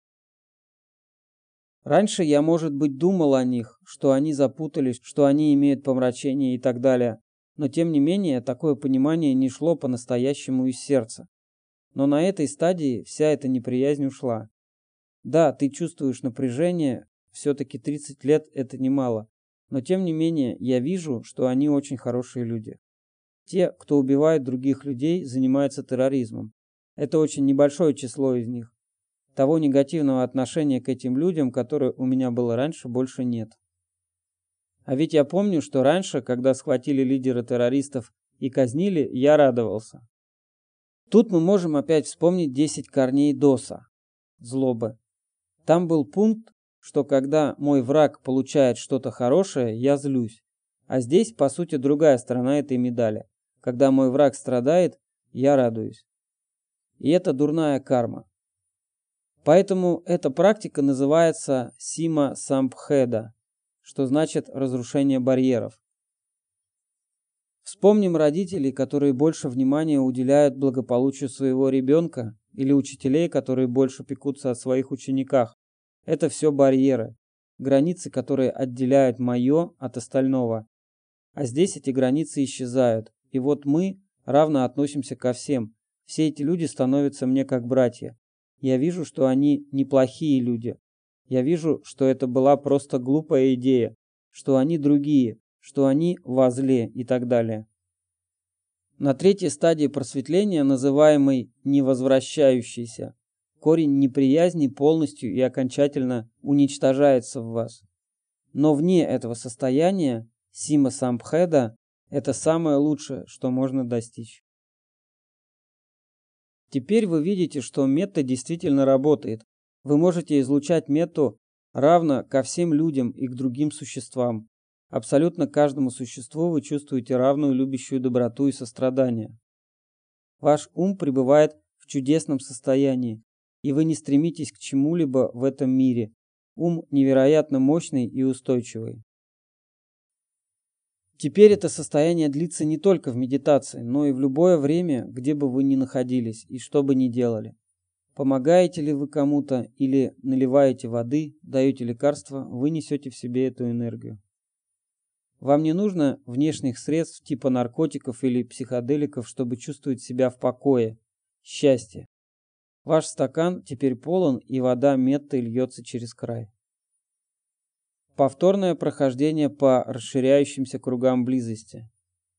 Раньше я, может быть, думал о них, что они запутались, что они имеют помрачение и так далее. Но тем не менее, такое понимание не шло по-настоящему из сердца. Но на этой стадии вся эта неприязнь ушла. Да, ты чувствуешь напряжение, все-таки тридцать лет это немало. Но тем не менее, я вижу, что они очень хорошие люди. Те, кто убивает других людей, занимаются терроризмом. Это очень небольшое число из них. Того негативного отношения к этим людям, которое у меня было раньше, больше нет. А ведь я помню, что раньше, когда схватили лидера террористов и казнили, я радовался. Тут мы можем опять вспомнить десять корней доса, злобы. Там был пункт, что когда мой враг получает что-то хорошее, я злюсь. А здесь, по сути, другая сторона этой медали. Когда мой враг страдает, я радуюсь. И это дурная карма. Поэтому эта практика называется Сима Самбхеда, что значит разрушение барьеров. Вспомним родителей, которые больше внимания уделяют благополучию своего ребенка, или учителей, которые больше пекутся о своих учениках. Это все барьеры, границы, которые отделяют мое от остального. А здесь эти границы исчезают. И вот мы равно относимся ко всем. Все эти люди становятся мне как братья. Я вижу, что они неплохие люди. Я вижу, что это была просто глупая идея, что они другие, что они во зле и так далее. На третьей стадии просветления, называемой невозвращающейся, корень неприязни полностью и окончательно уничтожается в вас. Но вне этого состояния Сима Самбхеда – это самое лучшее, что можно достичь. Теперь вы видите, что метта действительно работает. Вы можете излучать метту равно ко всем людям и к другим существам. Абсолютно каждому существу вы чувствуете равную любящую доброту и сострадание. Ваш ум пребывает в чудесном состоянии. и вы не стремитесь к чему-либо в этом мире. Ум невероятно мощный и устойчивый. Теперь это состояние длится не только в медитации, но и в любое время, где бы вы ни находились и что бы ни делали. Помогаете ли вы кому-то или наливаете воды, даете лекарства, вы несете в себе эту энергию. Вам не нужно внешних средств типа наркотиков или психоделиков, чтобы чувствовать себя в покое, счастье. Ваш стакан теперь полон, и вода меттой льется через край. Повторное прохождение по расширяющимся кругам близости.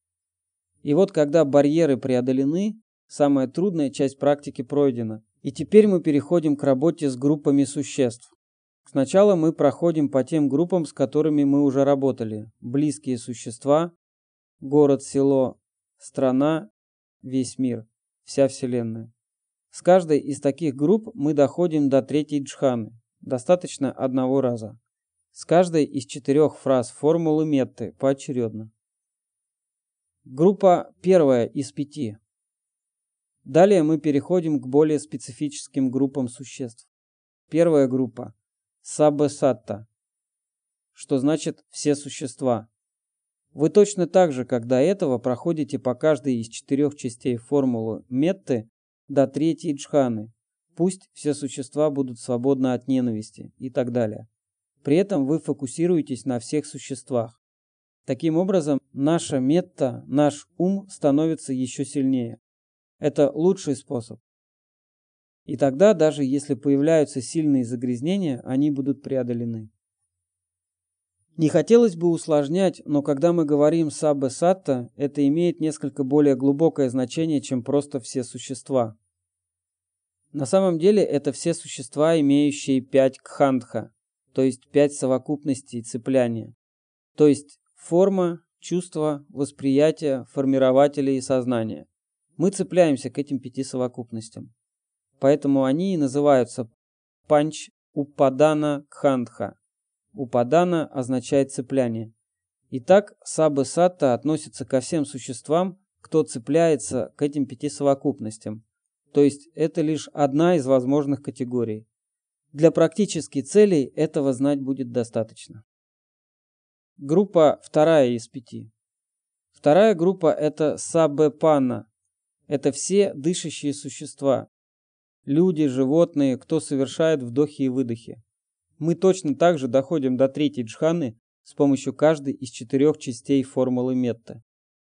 И вот когда барьеры преодолены, самая трудная часть практики пройдена. И теперь мы переходим к работе с группами существ. Сначала мы проходим по тем группам, с которыми мы уже работали. Близкие существа, город, село, страна, весь мир, вся Вселенная. С каждой из таких групп мы доходим до третьей джханы. Достаточно одного раза. С каждой из четырех фраз формулы метты поочередно. Группа первая из пяти. Далее мы переходим к более специфическим группам существ. Первая группа – саббе-сатта, что значит «все существа». Вы точно так же, как до этого, проходите по каждой из четырех частей формулы метты до третьей джханы. Пусть все существа будут свободны от ненависти и так далее. При этом вы фокусируетесь на всех существах. Таким образом, наша метта, наш ум становится еще сильнее. Это лучший способ. И тогда, даже если появляются сильные загрязнения, они будут преодолены. Не хотелось бы усложнять, но когда мы говорим саббе-сатта, это имеет несколько более глубокое значение, чем просто все существа. На самом деле это все существа, имеющие пять кхандха, то есть пять совокупностей цепляния, то есть форма, чувство, восприятие, формирователи и сознание. Мы цепляемся к этим пяти совокупностям. Поэтому они и называются панч упадана кхандха. Упадана означает цепляние. Итак, саббе-сатта относится ко всем существам, кто цепляется к этим пяти совокупностям. То есть это лишь одна из возможных категорий. Для практических целей этого знать будет достаточно. Группа вторая из пяти. Вторая группа – это саббе-панна. Это все дышащие существа. Люди, животные, кто совершает вдохи и выдохи. Мы точно так же доходим до третьей джханы с помощью каждой из четырех частей формулы метты.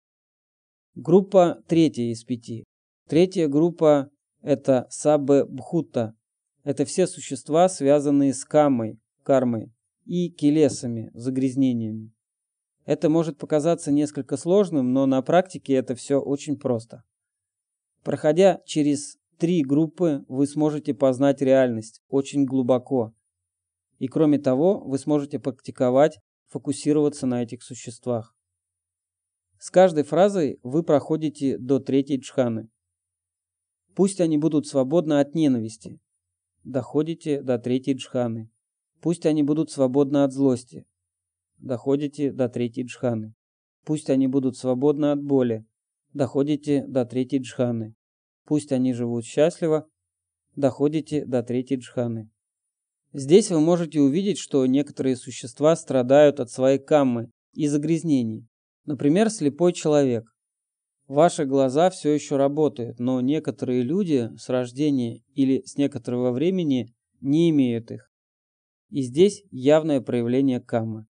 Группа третья из пяти. Третья группа – это саббе-бхутта. Это все существа, связанные с каммой, кармой, и келесами, загрязнениями. Это может показаться несколько сложным, но на практике это все очень просто. Проходя через три группы, вы сможете познать реальность очень глубоко. И кроме того, вы сможете практиковать, фокусироваться на этих существах. С каждой фразой вы проходите до третьей джханы. Пусть они будут свободны от ненависти. Доходите до третьей джханы. Пусть они будут свободны от злости. Доходите до третьей джханы. Пусть они будут свободны от боли. Доходите до третьей джханы. Пусть они живут счастливо. Доходите до третьей джханы. Здесь вы можете увидеть, что некоторые существа страдают от своей каммы и загрязнений. Например, слепой человек. Ваши глаза все еще работают, но некоторые люди с рождения или с некоторого времени не имеют их. И здесь явное проявление каммы.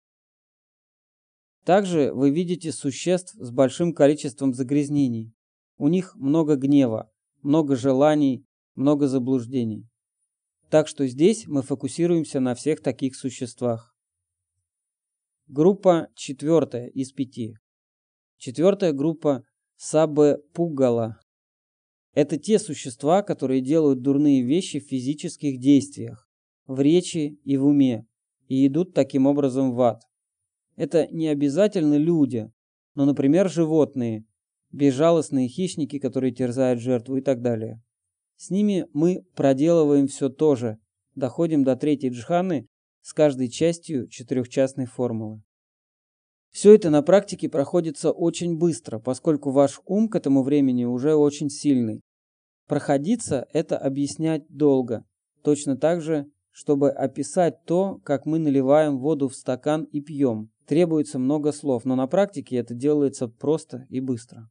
Также вы видите существ с большим количеством загрязнений. У них много гнева, много желаний, много заблуждений. Так что здесь мы фокусируемся на всех таких существах. Группа четвертая из пяти. Четвертая группа саббе-пуггала. Это те существа, которые делают дурные вещи в физических действиях, в речи и в уме, и идут таким образом в ад. Это не обязательно люди, но, например, животные, безжалостные хищники, которые терзают жертву и так далее. С ними мы проделываем все то же, доходим до третьей джханы с каждой частью четырехчастной формулы. Все это на практике проходится очень быстро, поскольку ваш ум к этому времени уже очень сильный. Проходиться – это объяснять долго. Точно так же, чтобы описать то, как мы наливаем воду в стакан и пьем, требуется много слов, но на практике это делается просто и быстро.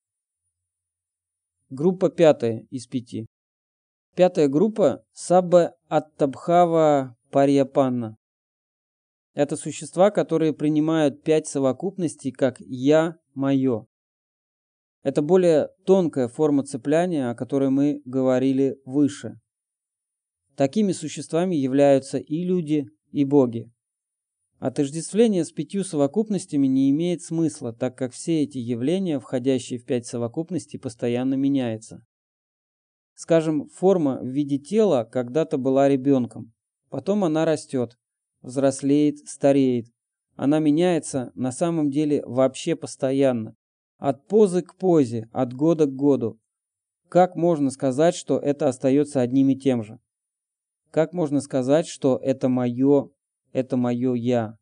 Группа пятая из пяти. Пятая группа – Сабба Аттабхава Парьяпанна. Это существа, которые принимают пять совокупностей как «я», «моё». Это более тонкая форма цепляния, о которой мы говорили выше. Такими существами являются и люди, и боги. Отождествление с пятью совокупностями не имеет смысла, так как все эти явления, входящие в пять совокупностей, постоянно меняются. Скажем, форма в виде тела когда-то была ребенком, потом она растет, взрослеет, стареет. Она меняется на самом деле вообще постоянно, от позы к позе, от года к году. Как можно сказать, что это остается одним и тем же? Как можно сказать, что это мое, это мое «я»?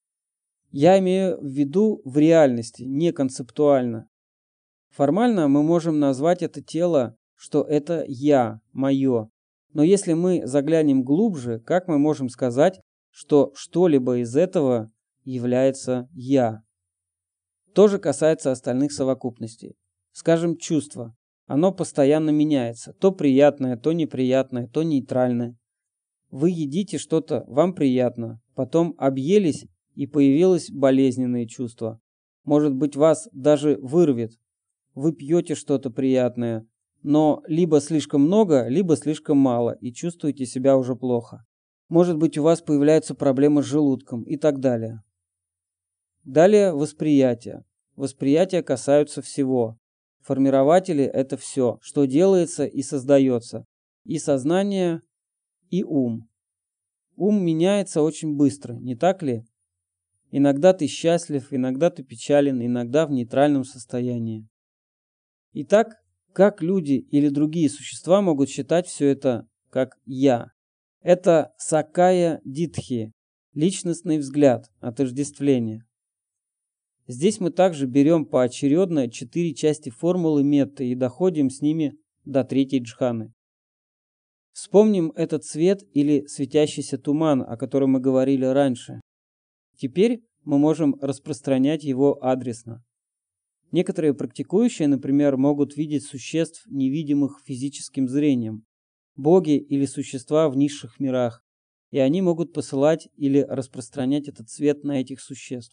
Я имею в виду в реальности, не концептуально. Формально мы можем назвать это тело, что это «я», «мое». Но если мы заглянем глубже, как мы можем сказать, что что-либо из этого является «я»? То же касается остальных совокупностей. Скажем, чувство. Оно постоянно меняется. То приятное, то неприятное, то нейтральное. Вы едите что-то, вам приятно. Потом объелись, и появилось болезненное чувство. Может быть, вас даже вырвет. Вы пьете что-то приятное, но либо слишком много, либо слишком мало, и чувствуете себя уже плохо. Может быть, у вас появляются проблемы с желудком и так далее. Далее восприятие. Восприятия касаются всего. Формирователи – это все, что делается и создается. И сознание, и ум. Ум меняется очень быстро, не так ли? Иногда ты счастлив, иногда ты печален, иногда в нейтральном состоянии. Итак, как люди или другие существа могут считать все это как «я»? Это саккая дитхи, личностный взгляд, отождествление. Здесь мы также берем поочередно четыре части формулы метты и доходим с ними до третьей джханы. Вспомним этот цвет или светящийся туман, о котором мы говорили раньше. Теперь мы можем распространять его адресно. Некоторые практикующие, например, могут видеть существ, невидимых физическим зрением, боги или существа в низших мирах, и они могут посылать или распространять этот цвет на этих существ.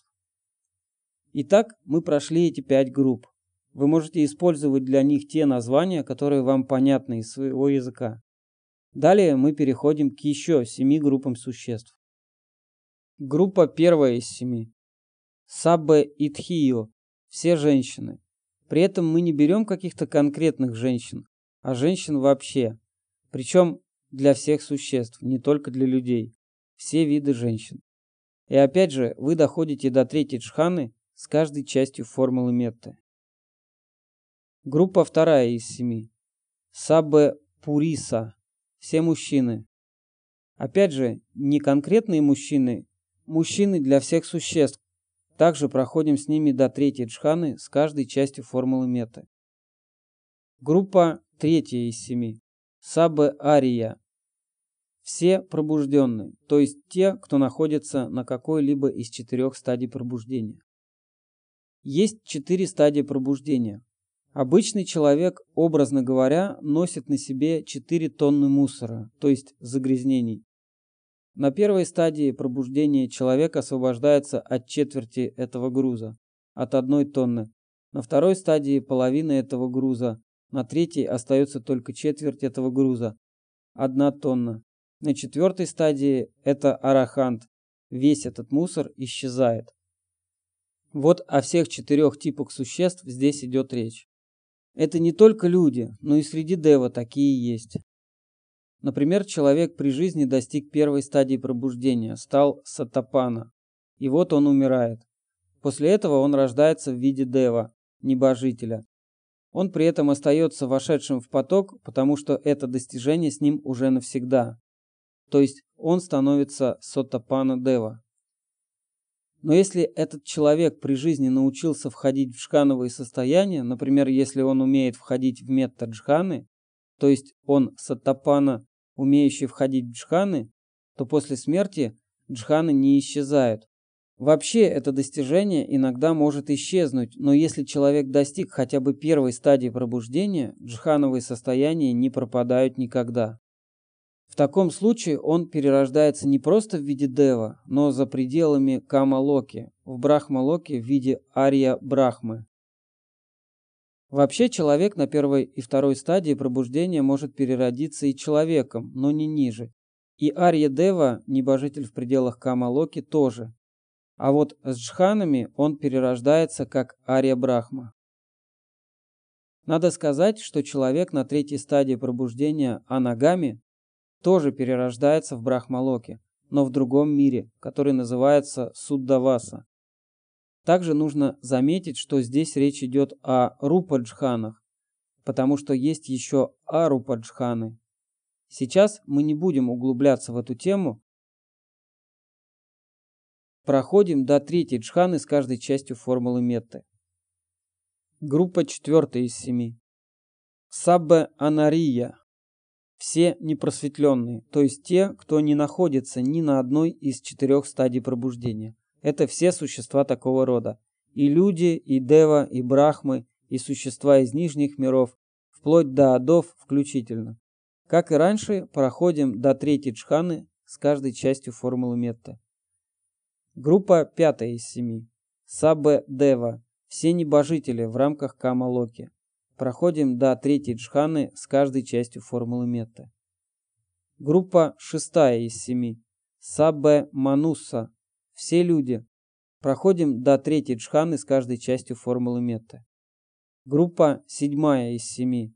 Итак, мы прошли эти пять групп. Вы можете использовать для них те названия, которые вам понятны из своего языка. Далее мы переходим к еще семи группам существ. Группа первая из семи. Саббе Итхио. Все женщины. При этом мы не берем каких-то конкретных женщин, а женщин вообще. Причем для всех существ, не только для людей. Все виды женщин. И опять же, вы доходите до третьей джханы с каждой частью формулы метты. Группа вторая из семи. Саббе Пуриса. Все мужчины. Опять же, не конкретные мужчины, мужчины для всех существ. Также проходим с ними до третьей джханы с каждой частью формулы метты. Группа третья из семи. Саббе Ария. Все пробужденные, то есть те, кто находится на какой-либо из четырех стадий пробуждения. Есть четыре стадии пробуждения. Обычный человек, образно говоря, носит на себе четыре тонны мусора, то есть загрязнений. На первой стадии пробуждения человек освобождается от четверти этого груза, от одной тонны. На второй стадии половина этого груза. На третьей остается только четверть этого груза, одна тонна. На четвертой стадии это арахант. Весь этот мусор исчезает. Вот о всех четырех типах существ здесь идет речь. Это не только люди, но и среди дева такие есть. Например, человек при жизни достиг первой стадии пробуждения, стал сатапана, и вот он умирает. После этого он рождается в виде дева, небожителя. Он при этом остается вошедшим в поток, потому что это достижение с ним уже навсегда. То есть он становится сотапана дева. Но если этот человек при жизни научился входить в джхановые состояния, например, если он умеет входить в метта джханы, то есть он сатапана умеющие входить в джханы, то после смерти джханы не исчезают. Вообще это достижение иногда может исчезнуть, но если человек достиг хотя бы первой стадии пробуждения, джхановые состояния не пропадают никогда. В таком случае он перерождается не просто в виде дева, но за пределами кама-локи, в брахма-локе в виде арья-брахмы. Вообще человек на первой и второй стадии пробуждения может переродиться и человеком, но не ниже. И арья-дева, небожитель в пределах кама-локи, тоже. А вот с джханами он перерождается как арья-брахма. Надо сказать, что человек на третьей стадии пробуждения анагами тоже перерождается в брахмалоке, но в другом мире, который называется Суддаваса. Также нужно заметить, что здесь речь идет о рупа-джханах, потому что есть еще арупа-джханы. Сейчас мы не будем углубляться в эту тему. Проходим до третьей джханы с каждой частью формулы метты. Группа четвертая из семи. Саббе-анария. Все непросветленные, то есть те, кто не находится ни на одной из четырех стадий пробуждения. Это все существа такого рода. И люди, и дева, и брахмы, и существа из нижних миров, вплоть до адов включительно. Как и раньше, проходим до третьей джханы с каждой частью формулы метты. Группа пятая из семи. Саббе-дева. Все небожители в рамках кама-локи. Проходим до третьей джханы с каждой частью формулы метты. Группа шестая из семи. Саббе-манусса. Все люди. Проходим до третьей джханы с каждой частью формулы метты. Группа седьмая из семи.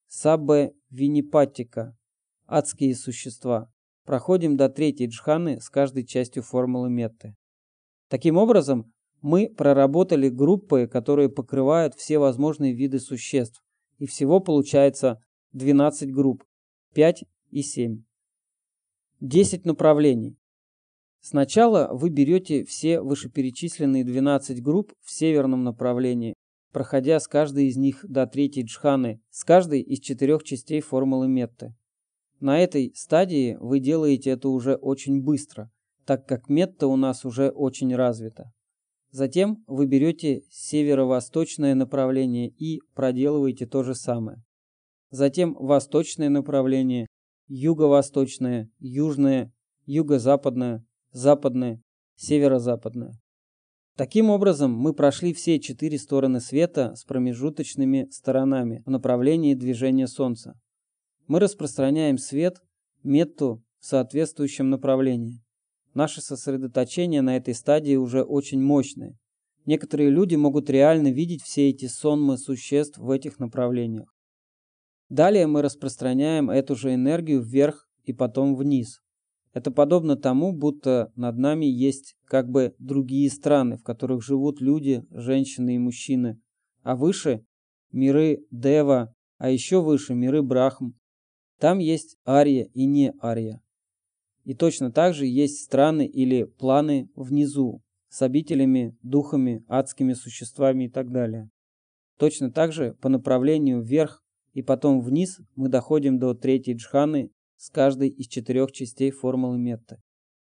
Саббе-винипаттика. Адские существа. Проходим до третьей джханы с каждой частью формулы метты. Таким образом, мы проработали группы, которые покрывают все возможные виды существ. И всего получается двенадцать групп, пять и семь. десять направлений. Сначала вы берете все вышеперечисленные двенадцать групп в северном направлении, проходя с каждой из них до третьей джханы, с каждой из четырех частей формулы метты. На этой стадии вы делаете это уже очень быстро, так как метта у нас уже очень развита. Затем вы берете северо-восточное направление и проделываете то же самое. Затем восточное направление, юго-восточное, южное, юго-западное, западное, северо-западное. Таким образом, мы прошли все четыре стороны света с промежуточными сторонами в направлении движения Солнца. Мы распространяем свет, метту в соответствующем направлении. Наше сосредоточение на этой стадии уже очень мощное. Некоторые люди могут реально видеть все эти сонмы существ в этих направлениях. Далее мы распространяем эту же энергию вверх и потом вниз. Это подобно тому, будто над нами есть как бы другие страны, в которых живут люди, женщины и мужчины, а выше миры Дева, а еще выше миры Брахм. Там есть ария и не ария. И точно так же есть страны или планы внизу, с обителями, духами, адскими существами и так далее. Точно так же по направлению вверх и потом вниз мы доходим до третьей джханы с каждой из четырех частей формулы метты.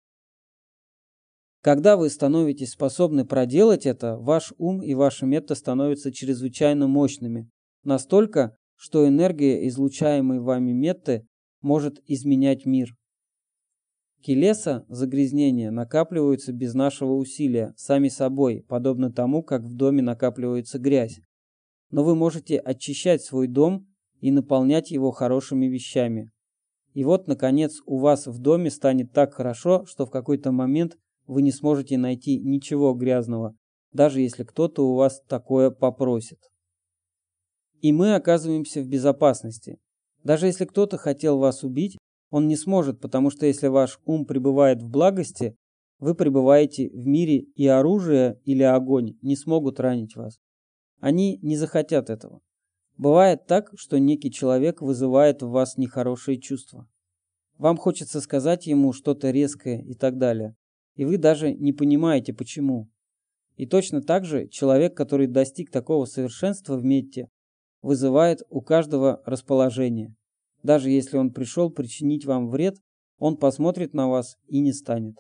Когда вы становитесь способны проделать это, ваш ум и ваша метта становятся чрезвычайно мощными, настолько, что энергия, излучаемой вами метты, может изменять мир. Келеса, загрязнения, накапливаются без нашего усилия, сами собой, подобно тому, как в доме накапливается грязь. Но вы можете очищать свой дом и наполнять его хорошими вещами. И вот, наконец, у вас в доме станет так хорошо, что в какой-то момент вы не сможете найти ничего грязного, даже если кто-то у вас такое попросит. И мы оказываемся в безопасности. Даже если кто-то хотел вас убить, он не сможет, потому что если ваш ум пребывает в благости, вы пребываете в мире, и оружие или огонь не смогут ранить вас. Они не захотят этого. Бывает так, что некий человек вызывает в вас нехорошие чувства. Вам хочется сказать ему что-то резкое и так далее, и вы даже не понимаете, почему. И точно так же человек, который достиг такого совершенства в метте, вызывает у каждого расположение. Даже если он пришел причинить вам вред, он посмотрит на вас и не станет.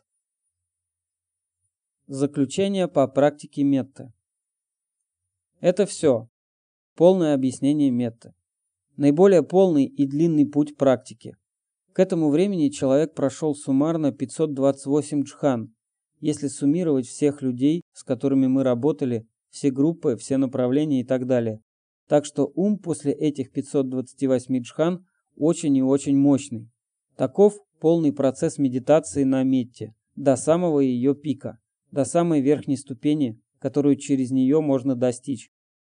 Заключение по практике метты. Это все. Полное объяснение метты. Наиболее полный и длинный путь практики. К этому времени человек прошел суммарно пятьсот двадцать восемь джхан, если суммировать всех людей, с которыми мы работали, все группы, все направления и так далее. Так что ум после этих пятисот двадцати восьми джхан очень и очень мощный. Таков полный процесс медитации на метте, до самого ее пика, до самой верхней ступени, которую через нее можно достичь.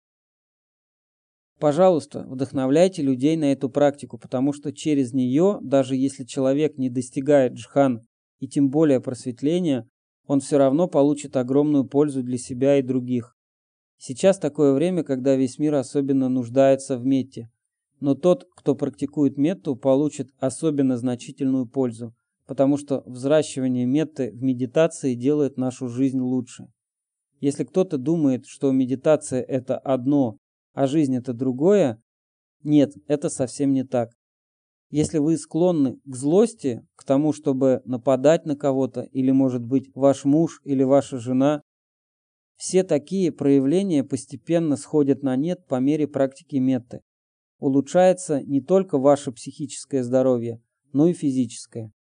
Пожалуйста, вдохновляйте людей на эту практику, потому что через нее, даже если человек не достигает джхан и тем более просветления, он все равно получит огромную пользу для себя и других. Сейчас такое время, когда весь мир особенно нуждается в метте. Но тот, кто практикует метту, получит особенно значительную пользу, потому что взращивание метты в медитации делает нашу жизнь лучше. Если кто-то думает, что медитация – это одно, а жизнь – это другое, нет, это совсем не так. Если вы склонны к злости, к тому, чтобы нападать на кого-то, или, может быть, ваш муж или ваша жена, все такие проявления постепенно сходят на нет по мере практики метты. Улучшается не только ваше психическое здоровье, но и физическое.